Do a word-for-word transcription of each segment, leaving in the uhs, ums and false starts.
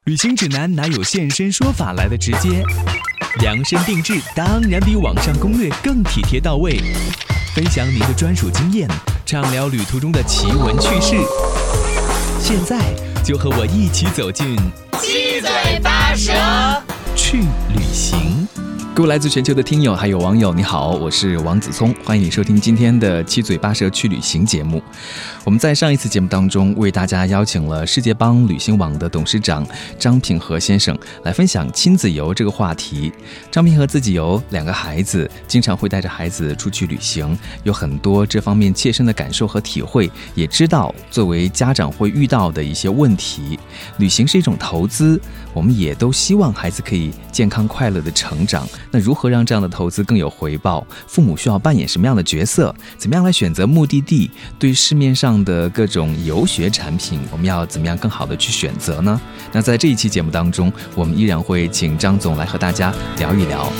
旅行指南哪有现身说法来的直接？量身定制当然比网上攻略更体贴到位。分享您的专属经验，畅聊旅途中的奇闻趣事。现在就和我一起走进七嘴八舌去旅行。各位来自全球的听友还有网友，你好，我是王子聪，欢迎你收听今天的七嘴八舌去旅行节目。我们在上一次节目当中为大家邀请了世界帮旅行网的董事长张品和先生来分享亲子游这个话题。张品和自己有两个孩子，经常会带着孩子出去旅行，有很多这方面切身的感受和体会，也知道作为家长会遇到的一些问题。旅行是一种投资，我们也都希望孩子可以健康快乐的成长。那如何让这样的投资更有回报？父母需要扮演什么样的角色？怎么样来选择目的地？对市面上的各种游学产品，我们要怎么样更好的去选择呢？那在这一期节目当中，我们依然会请张总来和大家聊一聊。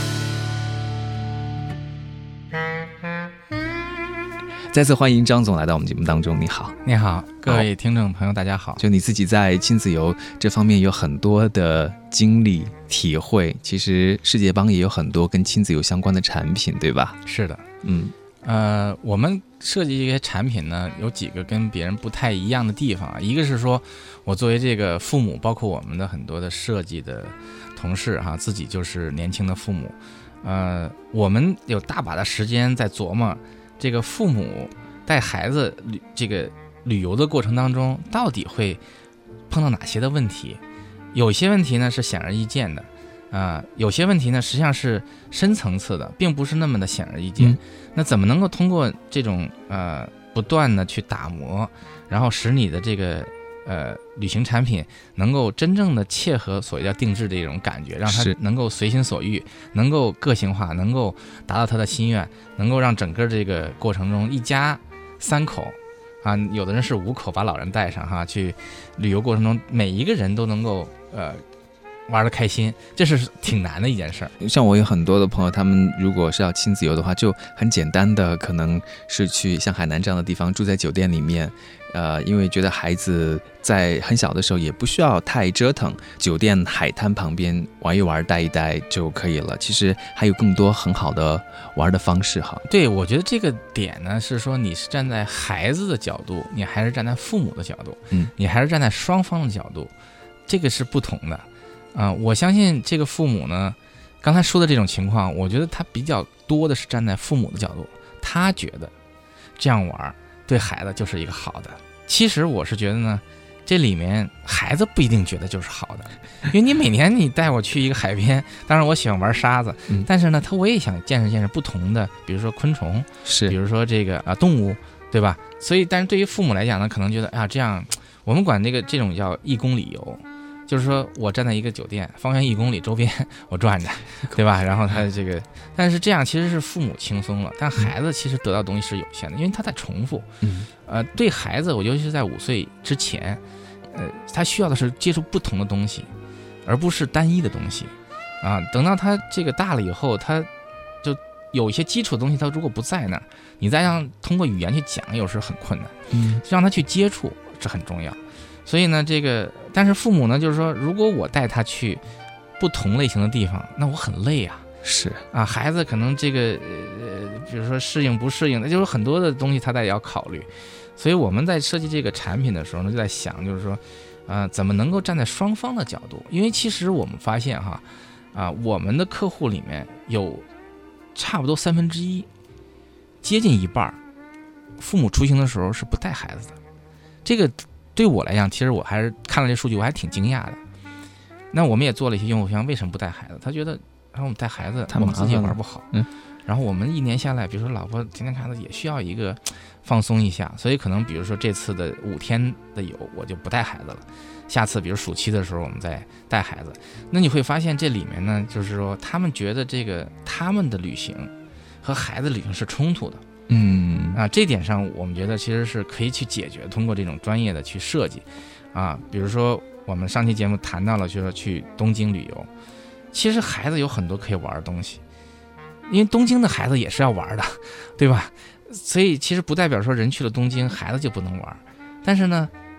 再次欢迎张总来到我们节目当中。你好。 你好，各位听众朋友大家好。 就你自己在亲子游这方面有很多的经历体会，其实世界帮也有很多跟亲子游相关的产品，对吧？ 是的。 嗯呃，我们设计这些产品呢，有几个跟别人不太一样的地方啊。一个是说，我作为这个父母，包括我们的很多的设计的同事哈、啊，自己就是年轻的父母，呃，我们有大把的时间在琢磨这个父母带孩子旅这个旅游的过程当中，到底会碰到哪些的问题？有些问题呢是显而易见的，啊、呃，有些问题呢实际上是深层次的，并不是那么的显而易见。嗯、那怎么能够通过这种呃不断的去打磨，然后使你的这个呃旅行产品能够真正的切合所谓叫定制这种感觉，让它能够随心所欲，能够个性化，能够达到他的心愿，能够让整个这个过程中一家三口啊，有的人是五口把老人带上哈，去旅游过程中每一个人都能够呃玩得开心，这是挺难的一件事儿。 像我有很多的朋友，他们如果是要亲子游的话，就很简单的，可能是去像海南这样的地方住在酒店里面，呃，因为觉得孩子在很小的时候也不需要太折腾，酒店海滩旁边玩一玩带一带就可以了。其实还有更多很好的玩的方式哈。 对，我觉得这个点呢是说，你是站在孩子的角度，你还是站在父母的角度，嗯，你还是站在双方的角度，这个是不同的。啊、呃，我相信这个父母呢，刚才说的这种情况，我觉得他比较多的是站在父母的角度，他觉得这样玩对孩子就是一个好的。其实我是觉得呢，这里面孩子不一定觉得就是好的，因为你每年你带我去一个海边，当然我喜欢玩沙子，嗯、但是呢，他我也想见识见识不同的，比如说昆虫， 是， 比如说这个啊动物，对吧？所以，但是对于父母来讲呢，可能觉得啊这样，我们管这个这种叫一公里游。就是说我站在一个酒店方圆一公里周边我转着，对吧？然后他这个，但是这样其实是父母轻松了，但孩子其实得到的东西是有限的，因为他在重复。嗯，呃，对孩子，我尤其是在五岁之前，呃，他需要的是接触不同的东西，而不是单一的东西。啊，等到他这个大了以后，他就有一些基础的东西，他如果不在那儿，你再让通过语言去讲，有时候很困难。嗯，让他去接触这很重要。所以呢，这个但是父母呢，就是说，如果我带他去不同类型的地方，那我很累啊。 是啊，孩子可能这个呃，比如说适应不适应，那就是很多的东西他得要考虑。所以我们在设计这个产品的时候呢，就在想，就是说，呃，怎么能够站在双方的角度？因为其实我们发现哈，啊，我们的客户里面有差不多三分之一，接近一半，父母出行的时候是不带孩子的。这个对我来讲，其实我还是看了这数据，我还挺惊讶的。那我们也做了一些用户分析，为什么不带孩子？他觉得，然后我们带孩子，我们自己也玩不好。嗯。然后我们一年下来，比如说老婆天天看孩子，也需要一个放松一下，所以可能比如说这次的五天的游，我就不带孩子了。下次比如暑期的时候，我们再带孩子。那你会发现这里面呢，就是说他们觉得这个他们的旅行和孩子旅行是冲突的。嗯啊，这点上我们觉得其实是可以去解决，通过这种专业的去设计，啊，比如说我们上期节目谈到了，就是说去东京旅游，其实孩子有很多可以玩的东西，因为东京的孩子也是要玩的，对吧？所以其实不代表说人去了东京，孩子就不能玩，但是呢，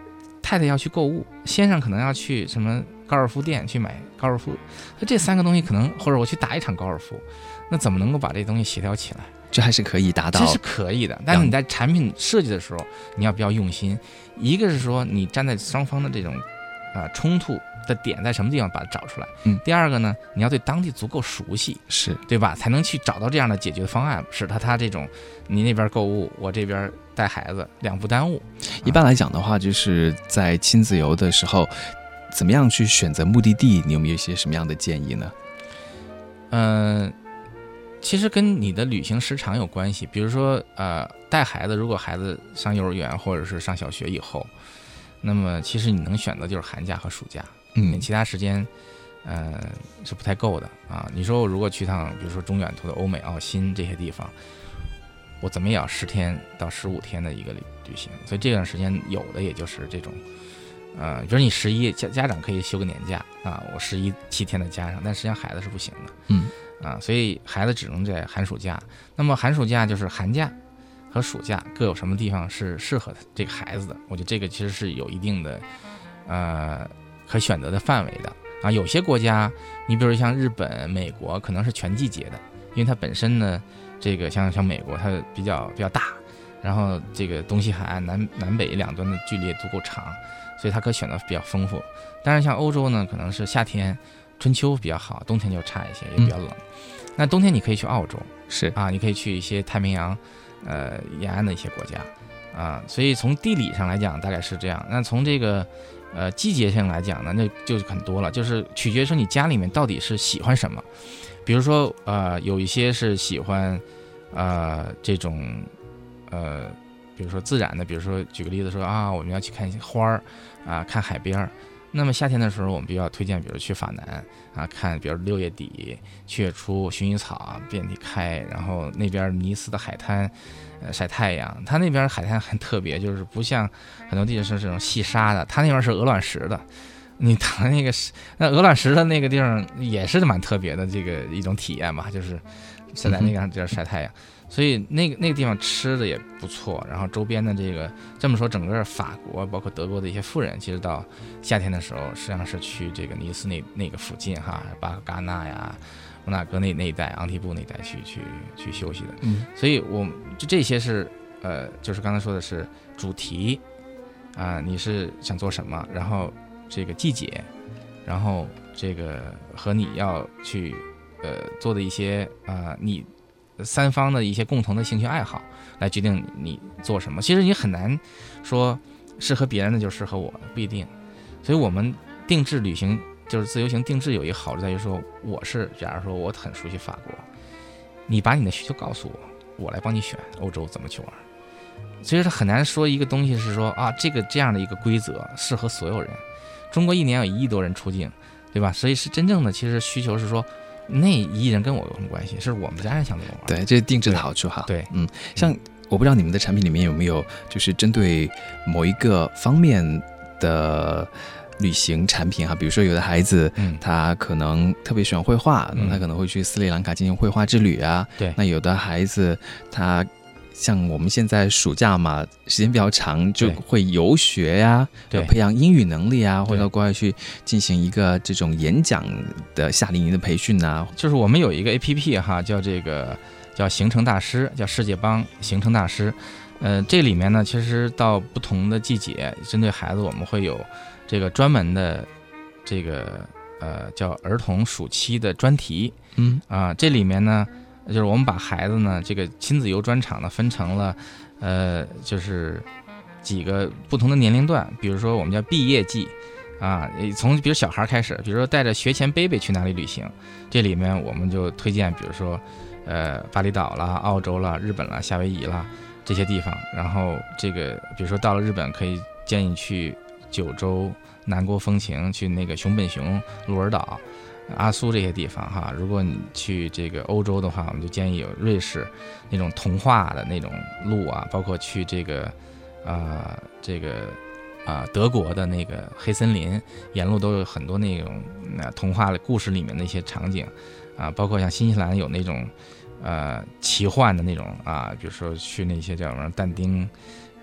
太太要去购物，先生可能要去什么高尔夫店去买高尔夫，那这三个东西可能，或者我去打一场高尔夫，那怎么能够把这东西协调起来？ 这还是可以达到， 这是可以的。但是你在产品设计的时候，你要比较用心。一个是说你站在双方的这种啊、呃、冲突的点在什么地方把它找出来。 嗯。 第二个呢，你要对当地足够熟悉， 是对吧？才能去找到这样的解决方案，使他他这种你那边购物，我这边带孩子，两不耽误。 一般来讲的话，就是在亲子游的时候，怎么样去选择目的地？你有没有一些什么样的建议呢？ 嗯、呃。其实跟你的旅行时长有关系，比如说，呃，带孩子，如果孩子上幼儿园或者是上小学以后，那么其实你能选择就是寒假和暑假， 嗯， 其他时间，呃，是不太够的啊。你说我如果去趟，比如说中远途的欧美、澳新这些地方，我怎么也要十天到十五天的一个旅旅行，所以这段时间有的也就是这种，呃，比如你十一家家长可以休个年假啊，我十一七天的加上，但实际上孩子是不行的， 嗯。 啊，所以孩子只能在寒暑假。那么寒暑假就是寒假和暑假各有什么地方是适合这个孩子的？我觉得这个其实是有一定的呃可选择的范围的啊。有些国家，你比如像日本、美国，可能是全季节的，因为它本身呢，这个像像美国它比较比较大，然后这个东西海岸南南北两端的距离也足够长，所以它可选择比较丰富。当然像欧洲呢，可能是夏天。春秋比较好，冬天就差一些，也比较冷。嗯、那冬天你可以去澳洲， 是啊，你可以去一些太平洋，呃，沿岸的一些国家，啊，所以从地理上来讲大概是这样。那从这个呃季节上来讲呢，那就很多了，就是取决于说你家里面到底是喜欢什么。比如说呃，有一些是喜欢呃这种呃，比如说自然的，比如说举个例子说啊，我们要去看花儿啊，看海边儿。那么夏天的时候，我们比较推荐，比如去法南啊，看比如六月底七月初薰衣草遍地开，然后那边尼斯的海滩，呃晒太阳。它那边海滩很特别，就是不像很多地方是这种细沙的，它那边是鹅卵石的。你躺那个那鹅卵石的那个地方也是蛮特别的，这个一种体验吧，就是在那个地儿晒太阳。所以那个那个地方吃的也不错，然后周边的这个这么说，整个法国包括德国的一些富人，其实到夏天的时候，实际上是去这个尼斯那那个附近哈，巴赫戛纳呀、摩纳哥那那一带、昂提布那一带去去去休息的。 嗯， 所以我就这些是呃，就是刚才说的是主题啊、呃，你是想做什么，然后这个季节，然后这个和你要去呃做的一些啊、呃、你。三方的一些共同的兴趣爱好来决定你做什么，其实你很难说适合别人的就适合我，不一定。所以我们定制旅行就是自由行定制有一个好处在于说，我是假如说我很熟悉法国，你把你的需求告诉我，我来帮你选欧洲怎么去玩。其实很难说一个东西是说啊，这个这样的一个规则适合所有人。中国一年有一亿多人出境，对吧？所以是真正的其实需求是说。那一亿人跟我有什么关系？是我们家人想怎么玩？ 对，这是定制的好处哈。 对， 嗯，像我不知道你们的产品里面有没有就是针对某一个方面的旅行产品哈，比如说有的孩子，嗯，他可能特别喜欢绘画，嗯、那他可能会去斯里兰卡进行绘画之旅啊。 对， 那有的孩子他。像我们现在暑假嘛，时间比较长，就会游学呀、啊，培养英语能力啊，或者到国外去进行一个这种演讲的夏令营的培训啊。 就是我们有一个 A P P 哈，叫这个叫行程大师，叫世界帮行程大师。呃，这里面呢，其实到不同的季节，针对孩子，我们会有这个专门的这个呃叫儿童暑期的专题。 嗯啊、呃，这里面呢。就是我们把孩子呢，这个亲子游专场呢，分成了，呃，就是几个不同的年龄段。比如说，我们叫毕业季，啊，从比如小孩开始，比如说带着学前 baby 去哪里旅行，这里面我们就推荐，比如说，呃，巴厘岛啦、澳洲啦、日本啦、夏威夷啦这些地方。然后这个，比如说到了日本，可以建议去九州、南国风情，去那个熊本熊、鹿儿岛。阿苏这些地方哈，如果你去这个欧洲的话，我们就建议有瑞士那种童话的那种路啊，包括去这个啊、呃、这个啊、呃、德国的那个黑森林，沿路都有很多那种那、呃、童话的故事里面的一些场景啊，包括像新西兰有那种呃奇幻的那种啊，比如说去那些叫什么但丁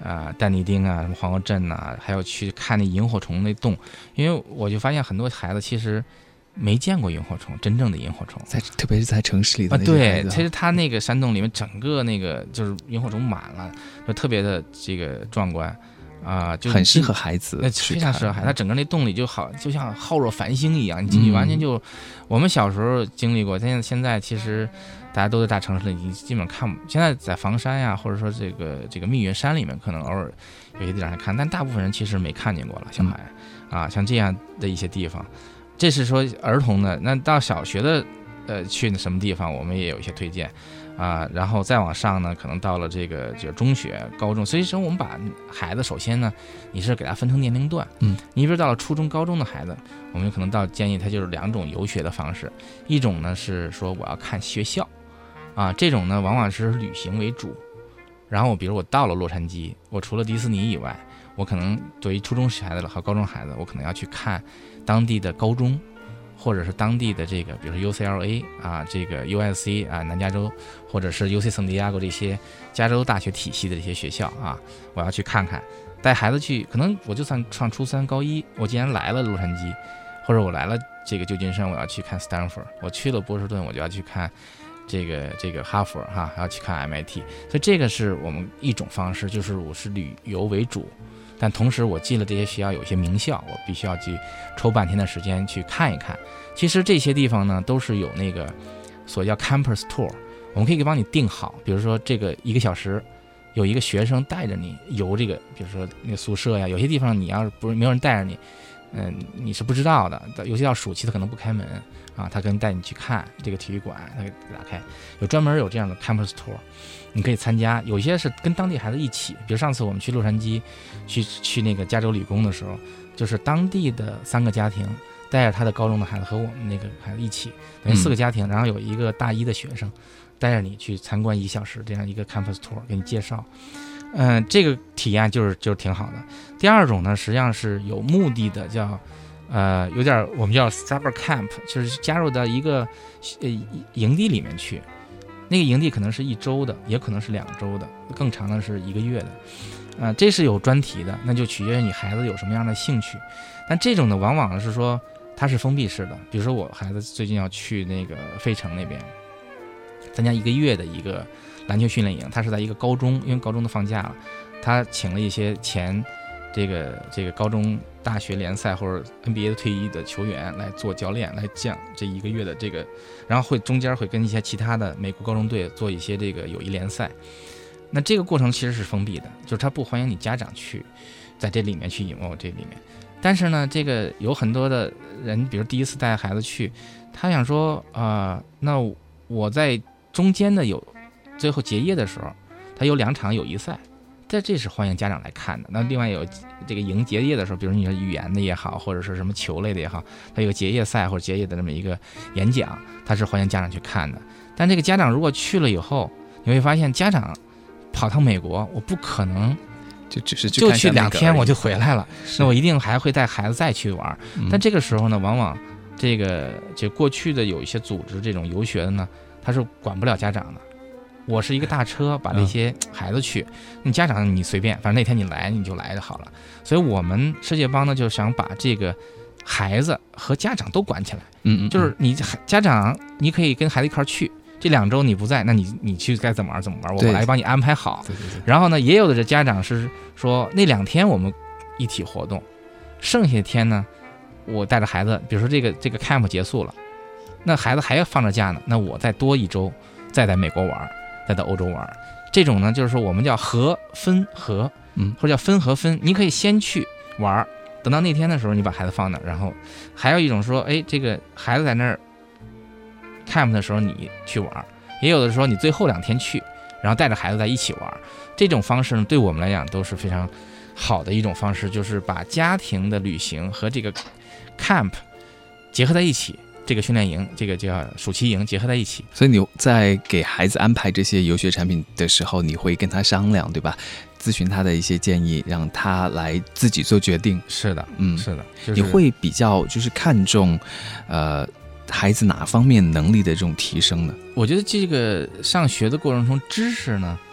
啊、呃、丹尼丁啊，什么黄河镇呐，还有去看那萤火虫那洞，因为我就发现很多孩子其实没见过萤火虫，真正的萤火虫， 在特别是在城市里的那些孩子、 啊、对，其实他那个山洞里面整个那个就是萤火虫满了，就特别的这个壮观啊、呃，就很适合孩子， 非常适合孩子。他整个那洞里就好，就像浩若繁星一样，你进去完全就、嗯，我们小时候经历过，现在现在其实大家都在大城市里，你基本看不。现在在房山呀，或者说这个这个密云山里面，可能偶尔有些地方还看，但大部分人其实没看见过了。小孩、嗯、啊，像这样的一些地方。这是说儿童的，那到小学的，呃，去什么地方，我们也有一些推荐，啊、呃，然后再往上呢，可能到了这个就是中学、高中，所以说我们把孩子，首先呢，你是给他分成年龄段， 嗯， 你比如到了初中、高中的孩子，我们可能到建议他就是两种游学的方式，一种呢是说我要看学校，啊，这种呢往往是旅行为主，然后我比如我到了洛杉矶，我除了迪士尼以外，我可能对于初中孩子和高中孩子，我可能要去看当地的高中，或者是当地的这个，比如说 U C L A 啊，这个 U S C 啊，南加州，或者是 U C 圣地亚哥这些加州大学体系的这些学校啊，我要去看看，带孩子去，可能我就算上初三、高一，我既然来了洛杉矶，或者我来了这个旧金山，我要去看斯坦福，我去了波士顿，我就要去看这个这个哈佛哈，要去看 M I T， 所以这个是我们一种方式，就是我是旅游为主。但同时我进了这些学校，有些名校我必须要去抽半天的时间去看一看。其实这些地方呢都是有那个所叫 campus tour， 我们可以帮你定好，比如说这个一个小时有一个学生带着你游这个，比如说那个宿舍呀，有些地方你要是不是没有人带着你，嗯，你是不知道的，尤其到暑期他可能不开门啊，他可能带你去看这个体育馆，他给打开，有专门有这样的 campus tour， 你可以参加。有些是跟当地孩子一起，比如上次我们去洛杉矶，去去那个加州理工的时候，就是当地的三个家庭带着他的高中的孩子和我们那个孩子一起，等于四个家庭，然后有一个大一的学生带着你去参观一小时这样一个 campus tour， 给你介绍。嗯、呃，这个体验就是就是挺好的。第二种呢，实际上是有目的的，叫呃有点我们叫 summer camp， 就是加入到一个呃营地里面去。那个营地可能是一周的，也可能是两周的，更长的是一个月的。呃，这是有专题的，那就取决于你孩子有什么样的兴趣。但这种呢，往往是说它是封闭式的。比如说我孩子最近要去那个费城那边参加一个月的一个篮球训练营，他是在一个高中，因为高中都放假了，他请了一些前这个这个高中大学联赛或者 N B A 的退役的球员来做教练，来讲这一个月的这个，然后会中间会跟一些其他的美国高中队做一些这个友谊联赛。那这个过程其实是封闭的，就是他不欢迎你家长去在这里面去引入这里面。但是呢，这个有很多的人，比如第一次带孩子去，他想说啊、呃，那我在中间的有最后结业的时候，他有两场友谊赛，在这是欢迎家长来看的。那另外有这个迎结业的时候，比如你说语言的也好，或者是什么球类的也好，他有个结业赛或者结业的这么一个演讲，他是欢迎家长去看的。但这个家长如果去了以后，你会发现家长跑趟美国，我不可能就只是就去两天我就回来了，那我一定还会带孩子再去玩。 嗯、 但这个时候呢，往往这个就过去的有一些组织这种游学的呢，他是管不了家长的。我是一个大车把这些孩子去，你家长你随便，反正那天你来你就来就好了。所以我们世界帮呢就想把这个孩子和家长都管起来。 嗯嗯， 就是你家长你可以跟孩子一块去。这两周你不在，那你你去该怎么玩怎么玩，我来帮你安排好。 对对对。 然后呢，也有的这家长是说那两天我们一起活动，剩下的天呢，我带着孩子，比如说这个这个 camp 结束了，那孩子还要放着假呢，那我再多一周，再在美国玩，再到欧洲玩。这种呢，就是说我们叫合分合， 嗯， 或者叫分合分。你可以先去玩，等到那天的时候，你把孩子放那儿，然后还有一种说，哎，这个孩子在那儿。camp 的时候你去玩，也有的时候你最后两天去，然后带着孩子在一起玩。这种方式呢，对我们来讲都是非常好的一种方式，就是把家庭的旅行和这个 camp 结合在一起，这个训练营，这个叫暑期营结合在一起。 所以你在给孩子安排这些游学产品的时候，你会跟他商量，对吧？咨询他的一些建议，让他来自己做决定。 是的， 嗯， 是的，就是、 你会比较就是看重，呃。孩子哪方面能力的这种提升呢？ 我觉得这个上学的过程中，知识呢，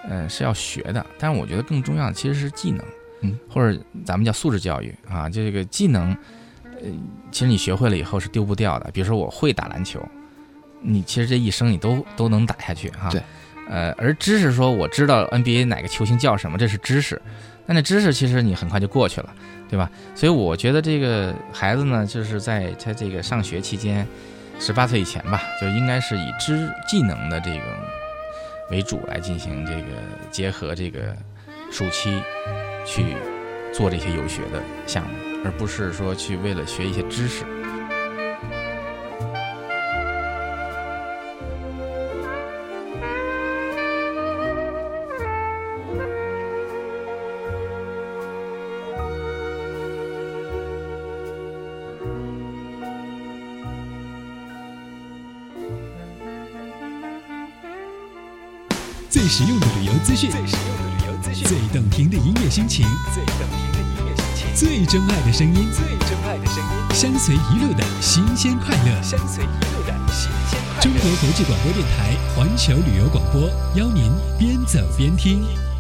呃，是要学的，但是我觉得更重要的其实是技能， 嗯， 或者咱们叫素质教育啊，这个技能，呃，其实你学会了以后是丢不掉的。比如说我会打篮球，你其实这一生你都都能打下去哈。 对， 呃，而知识说我知道 N B A 哪个球星叫什么，这是知识，但那知识其实你很快就过去了，对吧？所以我觉得这个孩子呢，就是在他这个上学期间，十八岁以前吧，就应该是以知技能的这种为主来进行这个结合这个暑期去做这些游学的项目，而不是说去为了学一些知识。 最实用的旅游资讯，最实用的旅游资讯，最动听的音乐心情，最动听的音乐心情，最真爱的声音，最真爱的声音，相随一路的新鲜快乐，相随一路的新鲜快乐。中国国际广播电台环球旅游广播，邀您边走边听。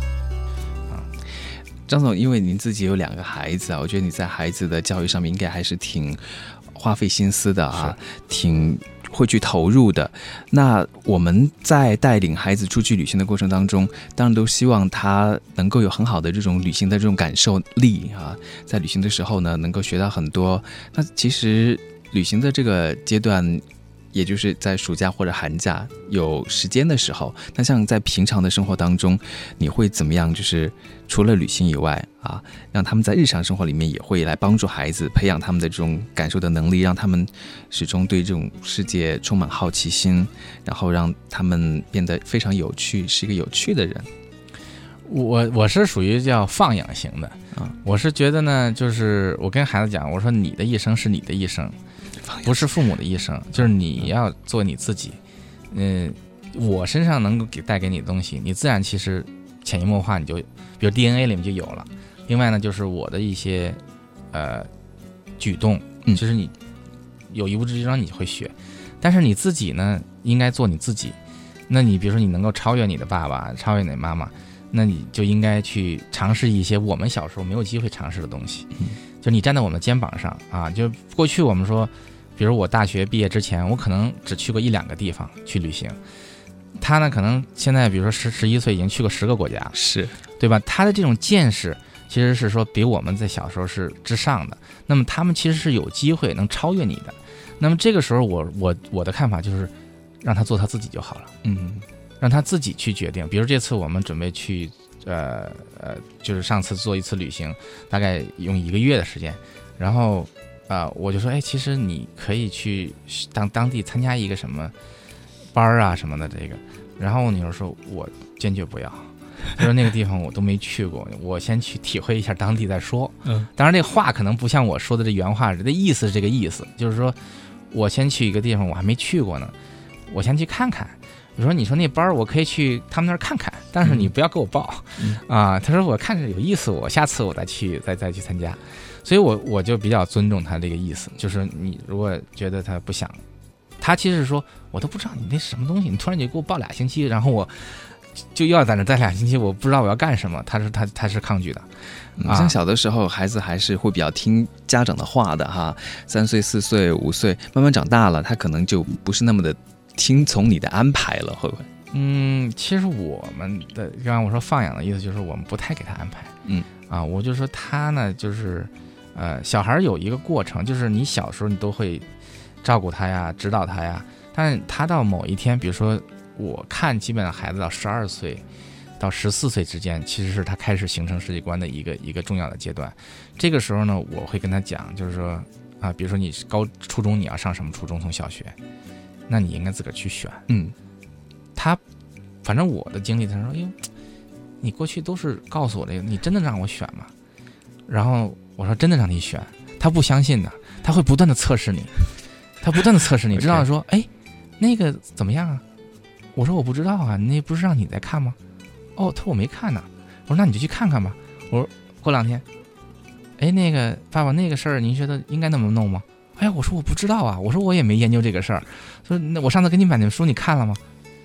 张总，因为您自己有两个孩子啊，我觉得你在孩子的教育上面应该还是挺花费心思的啊，挺会去投入的。那我们在带领孩子出去旅行的过程当中，当然都希望他能够有很好的这种旅行的这种感受力啊，在旅行的时候呢，能够学到很多。那其实旅行的这个阶段，也就是在暑假或者寒假有时间的时候，那像在平常的生活当中，你会怎么样？就是除了旅行以外啊，让他们在日常生活里面也会来帮助孩子培养他们的这种感受的能力，让他们始终对这种世界充满好奇心，然后让他们变得非常有趣，是一个有趣的人。 我我是属于叫放养型的啊，我是觉得呢，就是我跟孩子讲，我说你的一生是你的一生，不是父母的一生，就是你要做你自己。嗯，我身上能够给带给你的东西，你自然其实潜移默化你就，比如 D N A 里面就有了。另外呢，就是我的一些呃举动，其实你有一无之中你会学，但是你自己呢，应该做你自己。那你比如说你能够超越你的爸爸，超越你的妈妈，那你就应该去尝试一些我们小时候没有机会尝试的东西。就你站在我们的肩膀上啊，就过去我们说，比如我大学毕业之前，我可能只去过一两个地方去旅行，他呢可能现在比如说十十一岁已经去过十个国家， 是对吧？他的这种见识其实是说比我们在小时候是之上的，那么他们其实是有机会能超越你的。那么这个时候我我我的看法就是让他做他自己就好了， 嗯， 让他自己去决定。比如这次我们准备去呃呃，就是上次做一次旅行，大概用一个月的时间，然后啊、呃，我就说，哎，其实你可以去当当地参加一个什么班啊什么的这个，然后你就说我坚决不要，就是那个地方我都没去过，我先去体会一下当地再说。 嗯， 当然这话可能不像我说的这原话，这意思是这个意思，就是说我先去一个地方我还没去过呢，我先去看看。我说你说那班我可以去他们那儿看看，但是你不要给我报、嗯、啊。他说我看着有意思，我下次我再去再再去参加。所以我我就比较尊重他这个意思，就是你如果觉得他不想，他其实是说我都不知道你那什么东西，你突然就给我报俩星期，然后我就要在那待俩星期，我不知道我要干什么。他说他他是抗拒的。 嗯、像小的时候孩子还是会比较听家长的话的哈，三岁四岁五岁慢慢长大了，他可能就不是那么的听从你的安排了，会不会？ 嗯，其实我们的刚刚我说放养的意思就是我们不太给他安排。 嗯啊，我就说他呢就是呃小孩有一个过程，就是你小时候你都会照顾他呀，指导他呀，但是他到某一天，比如说我看基本上孩子到十二岁到十四岁之间，其实是他开始形成世界观的一个一个重要的阶段。这个时候呢，我会跟他讲，就是说啊，比如说你高初中你要上什么初中，从小学，那你应该自个儿去选。 嗯， 他反正我的经历，他说，哎呦，你过去都是告诉我这个，你真的让我选吗？然后我说真的让你选，他不相信的，他会不断的测试你，他不断的测试你，知道说，哎，那个怎么样啊？我说我不知道啊，那不是让你在看吗？哦，他说我没看呢。我说那你就去看看吧。我说过两天，哎，那个爸爸那个事儿，您觉得应该那么弄吗？哎呀，我说我不知道啊，我说我也没研究这个事儿。说那我上次给你买那本书，你看了吗？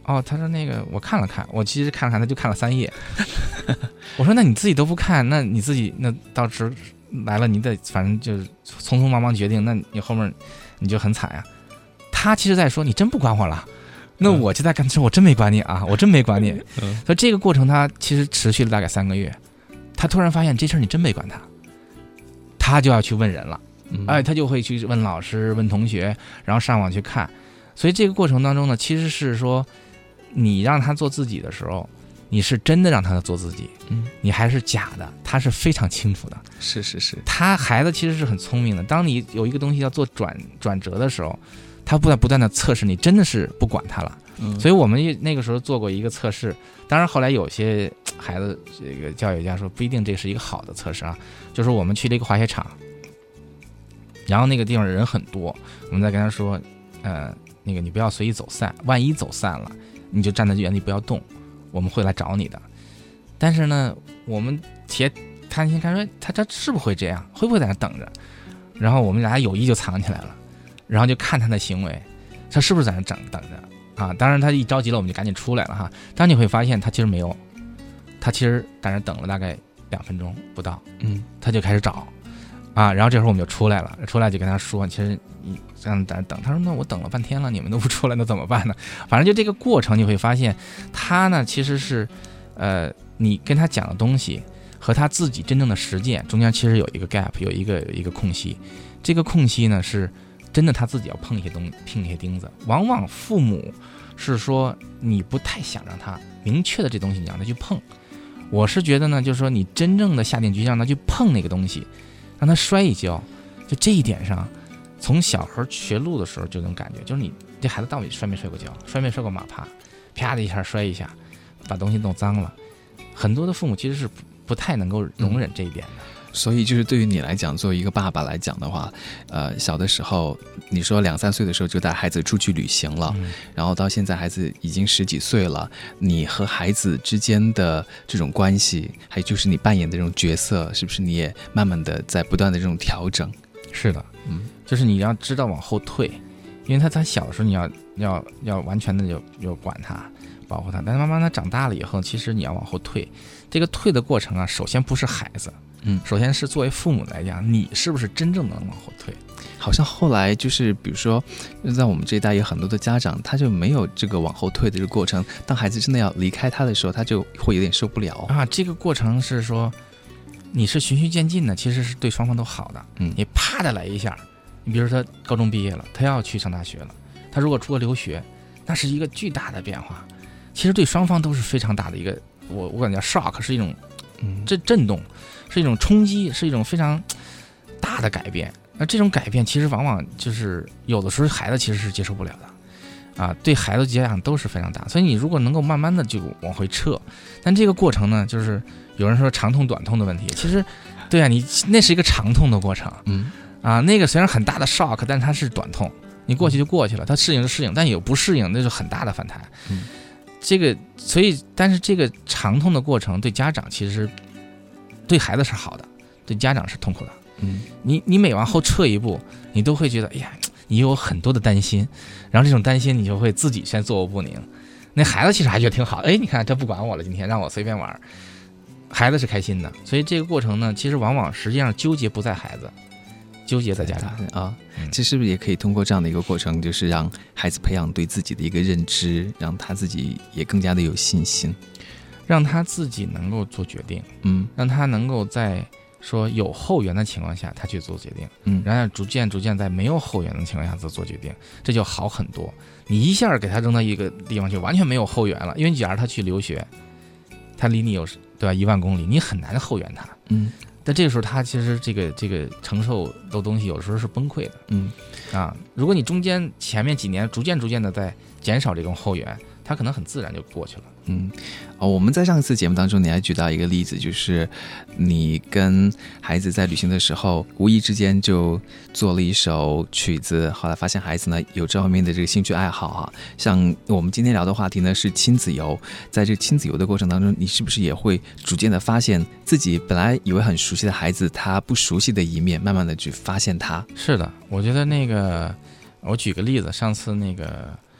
哦，他说那个我看了看，我其实看了看，他就看了三页。我说那你自己都不看，那你自己那到时来了，你得反正就是匆匆忙忙决定，那你后面你就很惨呀、啊。他其实在说你真不管我了，那我就在干说我真没管你啊，我真没管你。嗯、所以这个过程他其实持续了大概三个月，他突然发现这事儿你真没管他，他就要去问人了，嗯、哎，他就会去问老师、问同学，然后上网去看。所以这个过程当中呢，其实是说你让他做自己的时候，你是真的让他做自己，嗯，你还是假的，他是非常清楚的。 是是是， 他孩子其实是很聪明的。当你有一个东西要做转转折的时候，他不断不断的测试你，真的是不管他了。嗯，所以我们那个时候做过一个测试，当然后来有些孩子这个教育家说不一定这是一个好的测试啊，就是我们去了一个滑雪场，然后那个地方人很多，我们再跟他说，呃。那个你不要随意走散，万一走散了，你就站在原地不要动，我们会来找你的。但是呢，我们且探心看说他这是不是会这样，会不会在那等着？然后我们俩有意就藏起来了，然后就看他的行为，他是不是在那等等着啊？当然他一着急了，我们就赶紧出来了哈。当你会发现他其实没有，他其实在那等了大概两分钟不到，嗯，他就开始找。啊，然后这时候我们就出来了，出来就跟他说，其实你这样在等，他说那我等了半天了，你们都不出来，那怎么办呢？反正就这个过程，你会发现他呢其实是，呃，你跟他讲的东西和他自己真正的实践中间其实有一个 gap， 有一个有一个空隙，这个空隙呢是真的他自己要碰一些东碰一些钉子，往往父母是说你不太想让他明确的这东西，你让他去碰。我是觉得呢，就是说你真正的下定决心让他去碰那个东西。让他摔一跤，就这一点上，从小孩学路的时候就能感觉，就是你这孩子到底摔没摔过跤，摔没摔过马趴，啪的一下摔一下，把东西弄脏了。很多的父母其实是不不太能够容忍这一点的。嗯， 所以就是对于你来讲，作为一个爸爸来讲的话，呃，小的时候你说两三岁的时候就带孩子出去旅行了，嗯、然后到现在孩子已经十几岁了，你和孩子之间的这种关系，还有就是你扮演的这种角色，是不是你也慢慢的在不断的这种调整？ 是的，嗯，就是你要知道往后退，因为他他小的时候你要要要完全的有有管他。保护他，但是慢慢他长大了以后，其实你要往后退，这个退的过程啊，首先不是孩子，嗯，首先是作为父母来讲，你是不是真正能往后退？ 好像后来就是，比如说，在我们这一代有很多的家长，他就没有这个往后退的这个过程。当孩子真的要离开他的时候，他就会有点受不了啊。这个过程是说，你是循序渐进的，其实是对双方都好的。嗯，你啪的来一下，你比如说他高中毕业了，他要去上大学了，他如果出国留学，那是一个巨大的变化。其实对双方都是非常大的一个，我我感觉 shock 是一种，嗯，这震动，是一种冲击，是一种非常大的改变。那这种改变其实往往就是有的时候孩子其实是接受不了的，啊，对孩子家长都是非常大。所以你如果能够慢慢的就往回撤，但这个过程呢，就是有人说长痛短痛的问题，其实，对啊，你那是一个长痛的过程，嗯，啊，那个虽然很大的 shock， 但是它是短痛，你过去就过去了，它适应是适应，但有不适应，那是很大的反弹，嗯。这个，所以，但是这个长痛的过程对家长其实对孩子是好的，对家长是痛苦的。嗯，你你每往后撤一步，你都会觉得，哎呀，你有很多的担心，然后这种担心你就会自己先坐卧不宁。那孩子其实还觉得挺好，哎，你看这不管我了，今天让我随便玩，孩子是开心的。所以这个过程呢，其实往往实际上纠结不在孩子，纠结在家长啊。这是不是也可以通过这样的一个过程，就是让孩子培养对自己的一个认知，让他自己也更加的有信心， 让他自己能够做决定，嗯，让他能够在说有后援的情况下他去做决定，嗯，然后逐渐逐渐在没有后援的情况下做做决定，这就好很多。你一下给他扔到一个地方去，完全没有后援了，因为假如他去留学，他离你有对吧一万公里，你很难后援他，嗯。但这个时候，他其实这个这个承受的东西有时候是崩溃的，嗯，啊，如果你中间前面几年逐渐逐渐的在减少这种后援，他可能很自然就过去了， 嗯，哦，我们在上一次节目当中，你还举到一个例子，就是你跟孩子在旅行的时候，无意之间就做了一首曲子，后来发现孩子呢有这方面的这个兴趣爱好哈。像我们今天聊的话题呢是亲子游，在这亲子游的过程当中，你是不是也会逐渐的发现自己本来以为很熟悉的孩子，他不熟悉的一面，慢慢的去发现他？ 是的，我觉得那个，我举个例子，上次那个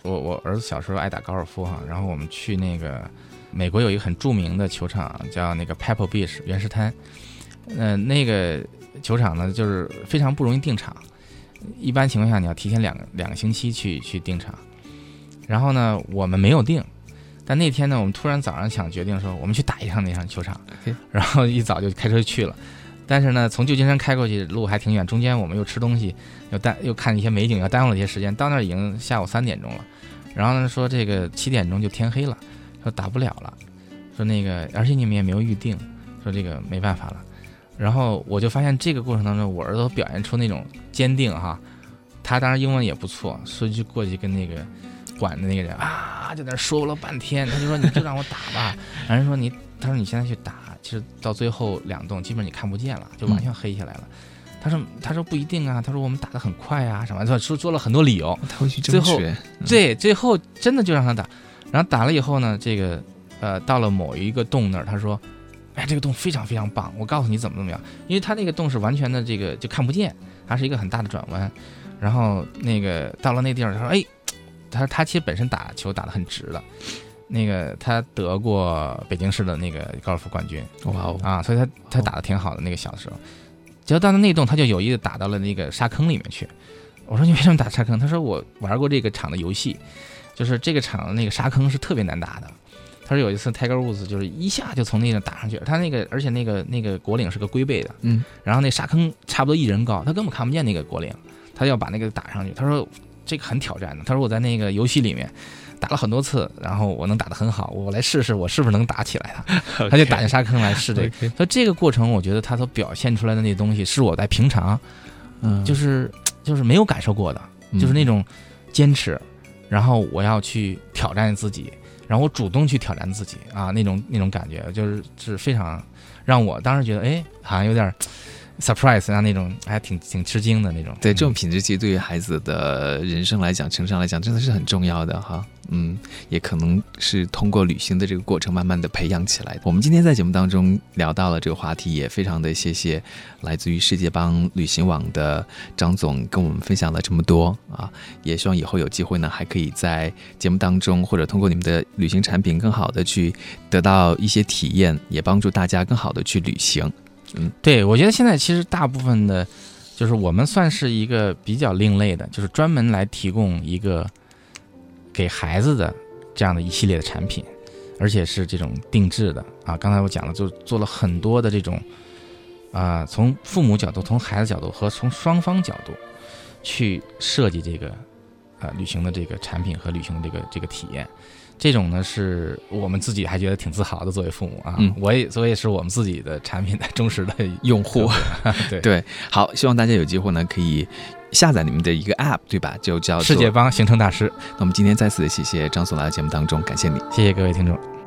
我我儿子小时候爱打高尔夫哈，然后我们去那个美国有一个很著名的球场叫那个 Pebble Beach 原石滩，呃，那个球场呢就是非常不容易订场，一般情况下你要提前两个两个星期去去订场，然后呢我们没有订，但那天呢我们突然早上想决定说我们去打一场那场球场， okay. 然后一早就开车去了。但是呢，从旧金山开过去路还挺远，中间我们又吃东西，又耽又看一些美景，要耽误了一些时间。到那儿已经下午三点钟了，然后呢说这个七点钟就天黑了，说打不了了，说那个而且你们也没有预定，说这个没办法了。然后我就发现这个过程当中，我儿子表现出那种坚定哈，他当然英文也不错，所以就过去跟那个管的那个人啊，就在那说了半天，他就说你就让我打吧，然后说你，他说你现在去打。其实到最后两洞基本你看不见了，就完全黑下来了。嗯、他说他说不一定啊，他说我们打得很快啊什么，说说了很多理由。 他会去争取。 最后、嗯、对，最后真的就让他打，然后打了以后呢，这个呃到了某一个洞那儿，他说，哎这个洞非常非常棒，我告诉你怎么怎么样，因为他那个洞是完全的这个就看不见，它是一个很大的转弯。然后那个到了那地儿，他说哎，他他其实本身打球打得很直的。那个他得过北京市的那个高尔夫冠军， 哇哦啊，所以他他打得挺好的那个小的时候，结果到了那洞他就有意的打到了那个沙坑里面去。我说你为什么打沙坑？他说我玩过这个场的游戏，就是这个场的那个沙坑是特别难打的。他说有一次 Tiger Woods 就是一下就从那个打上去，他那个而且那个那个果岭是个龟背的， 嗯， 然后那沙坑差不多一人高，他根本看不见那个果岭，他要把那个打上去。他说这个很挑战的，他说我在那个游戏里面打了很多次，然后我能打得很好，我来试试我是不是能打起来它。Okay. 他就打进沙坑来试这个， okay. 所以这个过程我觉得他所表现出来的那东西是我在平常，嗯，就是就是没有感受过的，嗯、就是那种坚持，然后我要去挑战自己，然后我主动去挑战自己啊，那种那种感觉就是是非常让我当时觉得哎好像有点surprise 啊，那种还挺挺吃惊的那种。 对，这种品质其实对于孩子的人生来讲，成长来讲，真的是很重要的哈。嗯，也可能是通过旅行的这个过程，慢慢的培养起来的。我们今天在节目当中聊到了这个话题，也非常的谢谢来自于世界帮旅行网的张总跟我们分享了这么多啊。也希望以后有机会呢，还可以在节目当中或者通过你们的旅行产品，更好的去得到一些体验，也帮助大家更好的去旅行。 嗯，对，我觉得现在其实大部分的，就是我们算是一个比较另类的，就是专门来提供一个给孩子的这样的一系列的产品，而且是这种定制的啊。刚才我讲了，就做了很多的这种啊、呃，从父母角度、从孩子角度和从双方角度去设计这个啊、呃、旅行的这个产品和旅行的这个这个体验。这种呢是我们自己还觉得挺自豪的，作为父母啊，嗯、我也所以是我们自己的产品的忠实的用户。 对对，好，希望大家有机会呢可以下载你们的一个 app， 对吧？就叫做世界帮行程大师。 那我们今天再次的谢谢张总来到节目当中，感谢你， 谢谢各位听众。